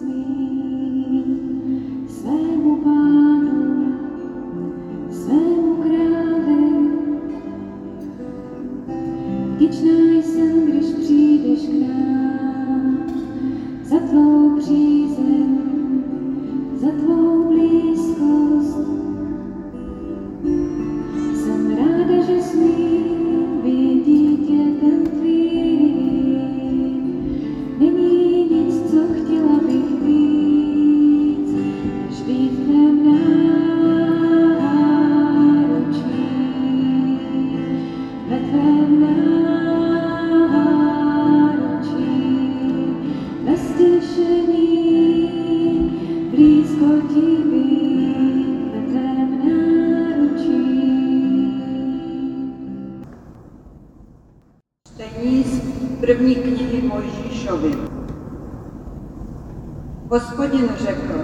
První knihy Mojžíšovi. Hospodin řekl: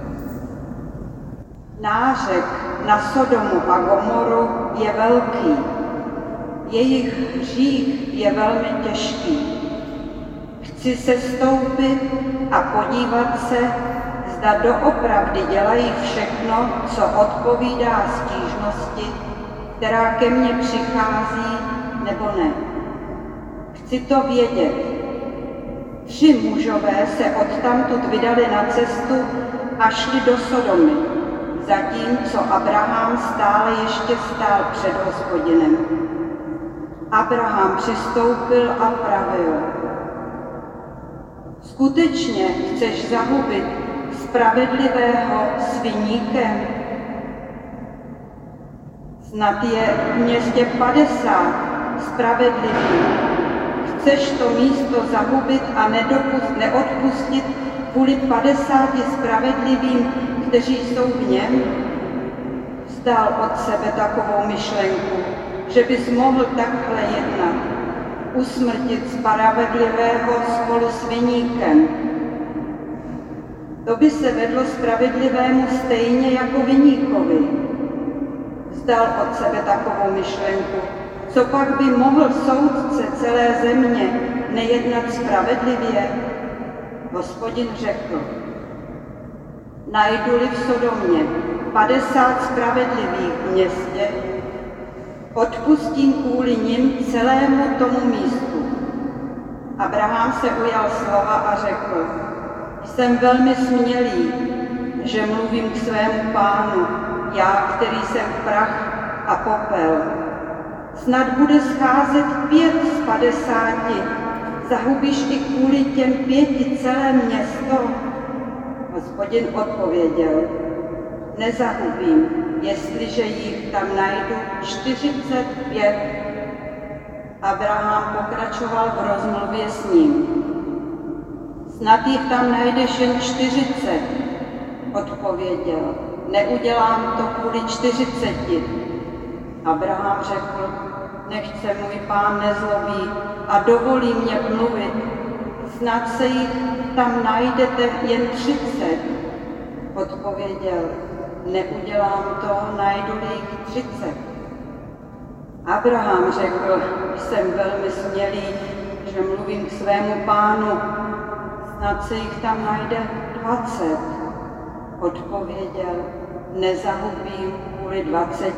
nářek na Sodomu a Gomoru je velký, jejich hřích je velmi těžký. Chci sestoupit a podívat se, zda doopravdy dělají všechno, co odpovídá stížnosti, která ke mně přichází, nebo ne. Chci to vědět. 3 mužové se odtamtud vydali na cestu a šli do Sodomy, zatímco Abraham stále ještě stál před Hospodinem. Abraham přistoupil a pravil: skutečně chceš zahubit spravedlivého s viníkem? Snad je v městě 50 spravedlivých. Chceš to místo zahubit a neodpustit kvůli 50 spravedlivým, kteří jsou v něm? Vzdál od sebe takovou myšlenku, že bys mohl takhle jednat, usmrtit spravedlivého spolu s viníkem. To by se vedlo spravedlivému stejně jako viníkovi. Vzdal od sebe takovou myšlenku. Co pak by mohl soudce celé země nejednat spravedlivě? Hospodin řekl: najdu-li v Sodomě 50 spravedlivých v městě, odpustím kvůli nim celému tomu místu. Abraham se ujal slova a řekl: jsem velmi smělý, že mluvím k svému pánu, já, který jsem prach a popel. Snad bude scházet 5 z 50, zahubíš i kvůli těm 5 celé město? Hospodin odpověděl: nezahubím, jestliže jich tam najdu 45. Abraham pokračoval v rozmluvě s ním. Snad jich tam najdeš jen 40, odpověděl. Neudělám to kvůli 40. Abraham řekl: nechť se můj pán nezlobí a dovolí mě mluvit. Snad se jich tam najdete jen 30. Odpověděl: neudělám to, najdu-li jich 30. Abraham řekl: jsem velmi smělý, že mluvím k svému pánu. Snad se jich tam najde 20. Odpověděl: nezahubím kvůli 20.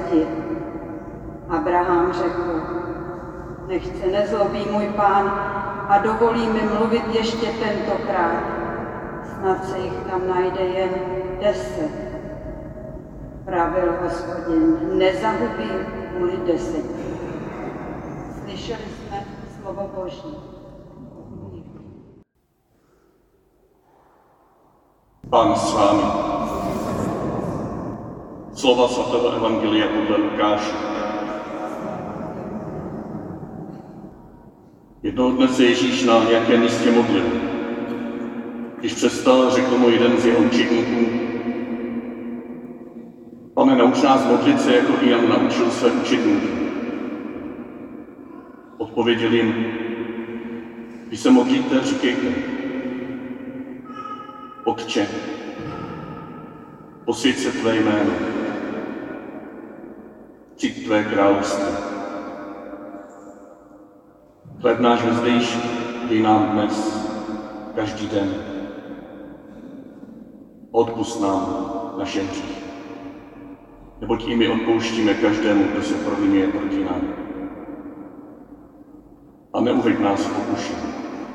Abraham řekl: nechť se nezlobí můj pán a dovolí mi mluvit ještě tentokrát. Snad se jich tam najde jen 10. Pravil Hospodin: nezahubím kvůli 10. Slyšeli jsme slovo Boží. Pán s vámi. Slova svatého evangelia podle Lukáše. Jednoho dne se Ježíš na nějakém místě modlil. Když přestal, řekl mu jeden z jeho učedníků: Pane, nauč nás modlit se, jako i Jan naučil své učedníky. Odpověděl jim: když se modlíte, říkejte: Otče, posvěť se tvé jméno, přijď tvé království. Chléb náš vezdejší dej nám dnes, každý den. Odpusť nám naše hříchy. Neboť i my odpouštíme každému, kdo se provinuje proti nám. A neuveď nás v pokušení.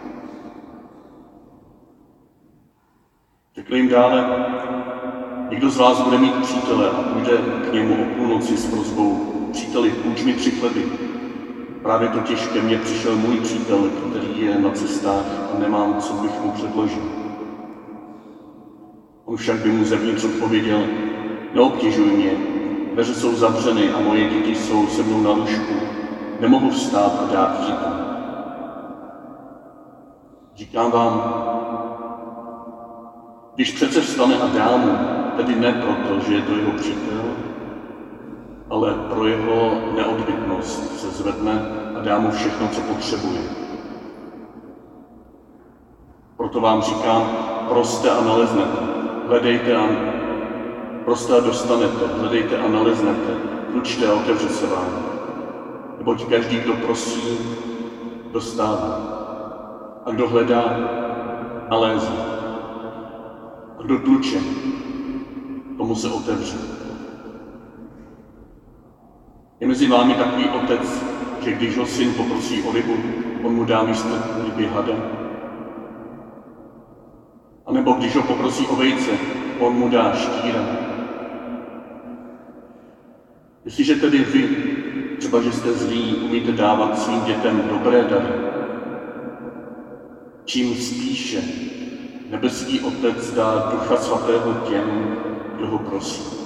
Řekl jim dále, někdo z vás bude mít přítele a půjde k němu o půlnoci s prosbou: příteli, půjč mi 3 chleby. Právě totiž ke mně přišel můj přítel, který je na cestách a nemám, co bych mu předložil. On však by mu zevnitř odpověděl: neobtěžuj mě, dveře jsou zavřeny a moje děti jsou se mnou na lůžku, nemohu vstát a dát ti to. Říkám vám, když přece vstane a dá mu, tedy ne proto, že je to jeho přítel, ale pro jeho neodbytnost se zvedne a dá mu všechno, co potřebuje. Proto vám říkám, proste a naleznete, hledejte a proste a dostanete, hledejte a naleznete, tlučte a otevře se vám. Neboť každý, kdo prosí, dostává. A kdo hledá, nalézá. A kdo tluče, tomu se otevře. Je mezi vámi takový otec, že když ho syn poprosí o rybu, on mu dá místo ryby hada? A nebo když ho poprosí o vejce, on mu dá štíra? Jestliže tedy vy, třeba že jste zlí, umíte dávat svým dětem dobré dary, čím spíše nebeský Otec dá Ducha Svatého těm, kdo ho prosí.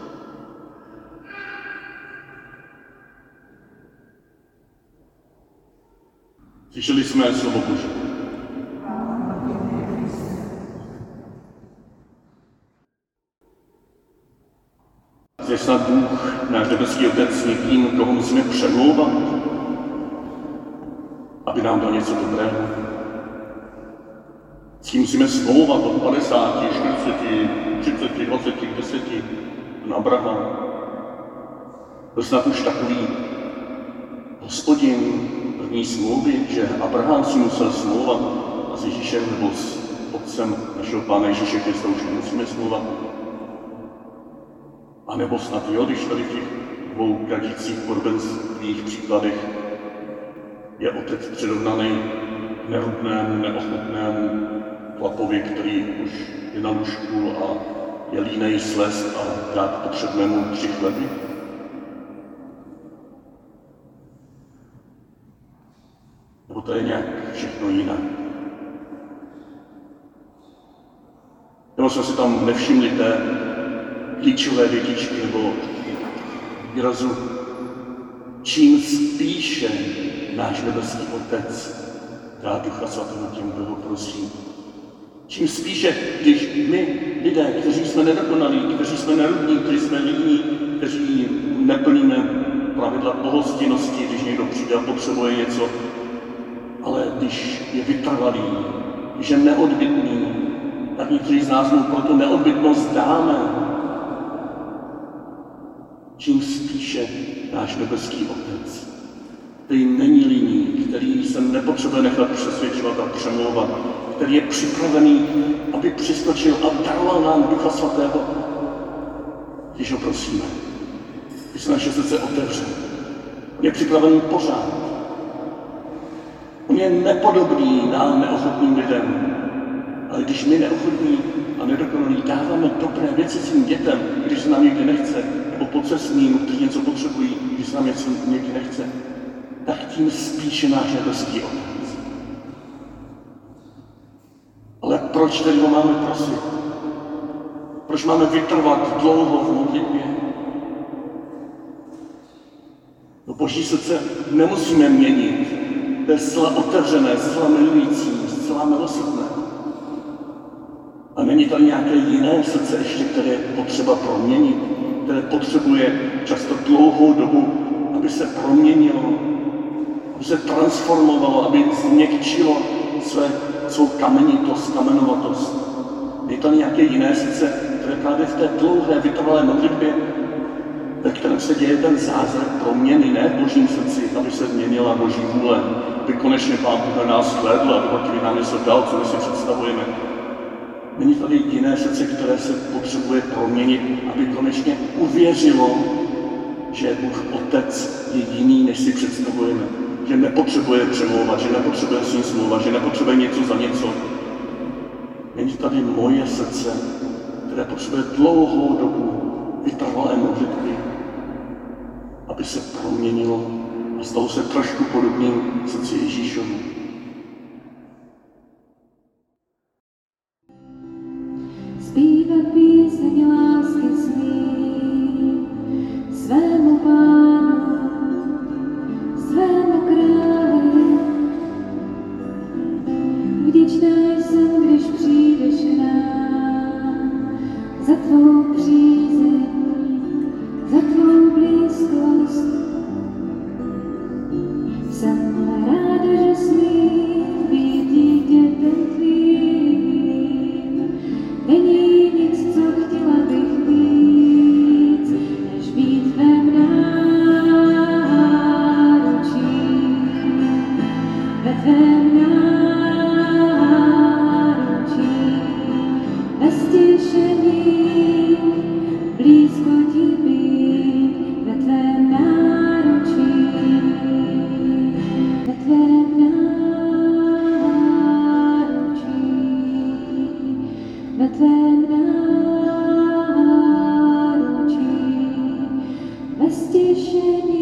Slyšeli jsme slovo Boží. Je snad Bůh, náš nebeský Otec, někým, koho musíme přemlouvat, aby nám dal něco dobrého? S tím musíme smlouvat od 50, 40, 30, 20, 10, ten Abraham. Byl snad už takový Hospodin první smlouvy, že Abraham si musel smlouvat a s Ježíšem nebo s Otcem našeho Pána Ježíše Krista už nemusíme smlouvat. A nebo snad jo, když tady v těch 2 kadících podobenstvích příkladech je otec přirovnaný nerudnému, neochotnému chlapovi, který už je na lůžku a je línej slést a dát potřebnému 3 chleby. Nebo to je nějak všechno jiné. Nebo jsme si tam nevšimli té klíčové větičky nebo výrazu, čím spíše náš nebeský Otec dá Ducha Svatého těm, kdo ho prosí. Čím spíše, když my, lidé, kteří jsme nedokonalí, kteří jsme nerudní, kteří jsme líní, kteří neplníme pravidla pohostinnosti, když někdo přijde a potřebuje něco, ale když je vytrvalý, když je neodbytný, tak někteří z nás mu pro tu neodbytnost dáme. Čím spíše náš nebeský Otec, který není líný, který se nepotřebuje nechat přesvědčovat a přemlouvat, který je připravený, aby přiskočil a daroval nám Ducha Svatého, když ho prosíme. Když se naše srdce otevře, on je připravený pořád. On je nepodobný nám neochotným lidem, ale když my neochotní a nedokonalí dáváme dobré věci svým dětem, když se nám někdy nechce, nebo pocestným, kteří něco potřebují, když se nám něco někdy nechce, tak tím spíše náš nebeský Otec. Ale proč tedy ho máme prosit? Proč máme vytrvat dlouho v modlitbě? No Boží srdce nemusíme měnit. To je zcela otevřené, zcela milující, zcela milosrdné. A není tady nějaké jiné srdce ještě, které je potřeba proměnit, které potřebuje často dlouhou dobu, aby se proměnilo, aby se transformovalo, aby změkčilo svou kamenitost, kamenovatost. Je to nějaké jiné srdce, které právě v té dlouhé, vytrvalé modlitbě, ve kterém se děje ten zázrak proměny, ne v Božím srdci, aby se změnila Boží vůle, aby konečně Pán Bůh na nás hlédl a dohodil nám něco dal, co my si představujeme. Není tady jiné srdce, které se potřebuje proměnit, aby konečně uvěřilo, že Bůh Otec je jiný, než si představujeme. Že nepotřebuje přemlouvat, že nepotřebuje s ním smlouvat, že nepotřebuje něco za něco. Není tady moje srdce, které potřebuje dlouhou dobu vytrvalé modlitby, aby se proměnilo a stalo se trošku podobným srdci Ježíšovu. Zpívat píseň lásky smí svému Pánu, svému králi. Vděčná jsem, když přijdeš k nám, za tvou přízeň, za tvou blízkost. Jsem ráda, že smím být dítětem tvým. Není nic, co chtěla bych víc, než být v tvém náručí. Ve tvém náručí, bez těšení, blízko ti být. Ve tvém náručí, ve tvém náručí, ve tvém náručí, bez těšení.